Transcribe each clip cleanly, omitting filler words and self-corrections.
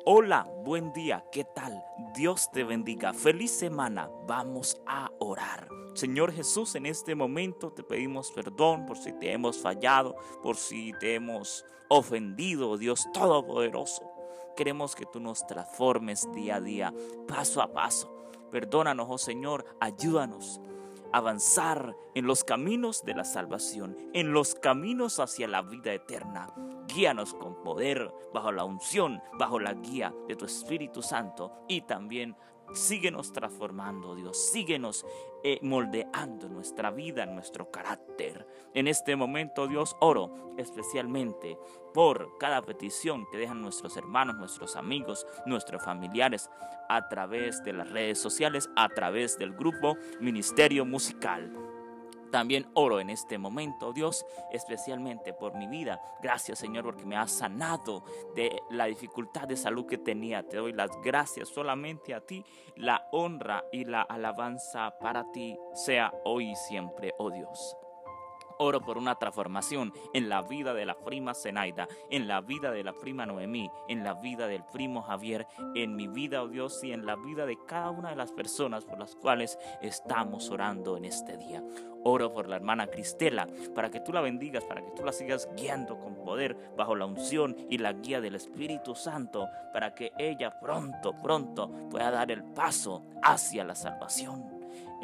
Hola, buen día, ¿qué tal? Dios te bendiga, feliz semana, vamos a orar. Señor Jesús, en este momento te pedimos perdón por si te hemos fallado, por si te hemos ofendido, Dios Todopoderoso. Queremos que tú nos transformes día a día, paso a paso. Perdónanos, oh Señor, ayúdanos a avanzar en los caminos de la salvación, en los caminos hacia la vida eterna. Guíanos con poder, bajo la unción, bajo la guía de tu Espíritu Santo, y también síguenos transformando, Dios, síguenos moldeando nuestra vida, nuestro carácter. En este momento, Dios, oro especialmente por cada petición que dejan nuestros hermanos, nuestros amigos, nuestros familiares a través de las redes sociales, a través del grupo Ministerio Musical. También oro en este momento, Dios, especialmente por mi vida. Gracias, Señor, porque me has sanado de la dificultad de salud que tenía. Te doy las gracias solamente a ti. La honra y la alabanza para ti sea hoy y siempre, oh Dios. Oro por una transformación en la vida de la prima Zenaida, en la vida de la prima Noemí, en la vida del primo Javier, en mi vida, oh Dios, y en la vida de cada una de las personas por las cuales estamos orando en este día. Oro por la hermana Cristela, para que tú la bendigas, para que tú la sigas guiando con poder, bajo la unción y la guía del Espíritu Santo, para que ella pronto pueda dar el paso hacia la salvación.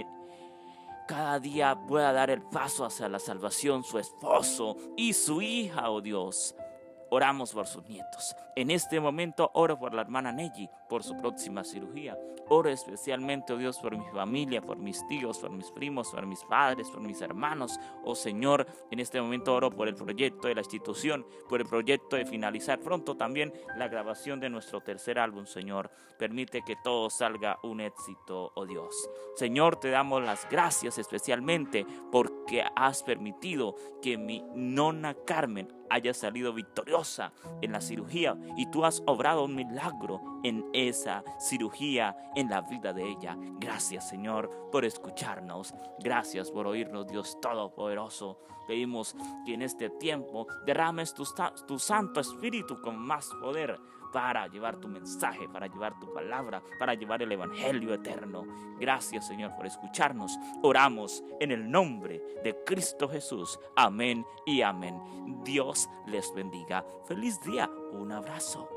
Cada día pueda dar el paso hacia la salvación su esposo y su hija, oh Dios. Oramos por sus nietos. En este momento oro por la hermana Nelly, por su próxima cirugía. Oro especialmente, oh Dios, por mi familia, por mis tíos, por mis primos, por mis padres, por mis hermanos. Oh Señor, en este momento oro por el proyecto de la institución, por el proyecto de finalizar pronto también la grabación de nuestro tercer álbum, Señor. Permite que todo salga un éxito, oh Dios. Señor, te damos las gracias especialmente porque has permitido que mi nona Carmen haya salido victoriosa en la cirugía, y tú has obrado un milagro en esa cirugía, en la vida de ella. Gracias, Señor, por escucharnos. Gracias por oírnos, Dios Todopoderoso. Pedimos que en este tiempo derrames tu Santo Espíritu con más poder para llevar tu mensaje, para llevar tu palabra, para llevar el Evangelio eterno. Gracias, Señor, por escucharnos. Oramos en el nombre de Cristo Jesús. Amén y amén. Dios les bendiga. Feliz día. Un abrazo.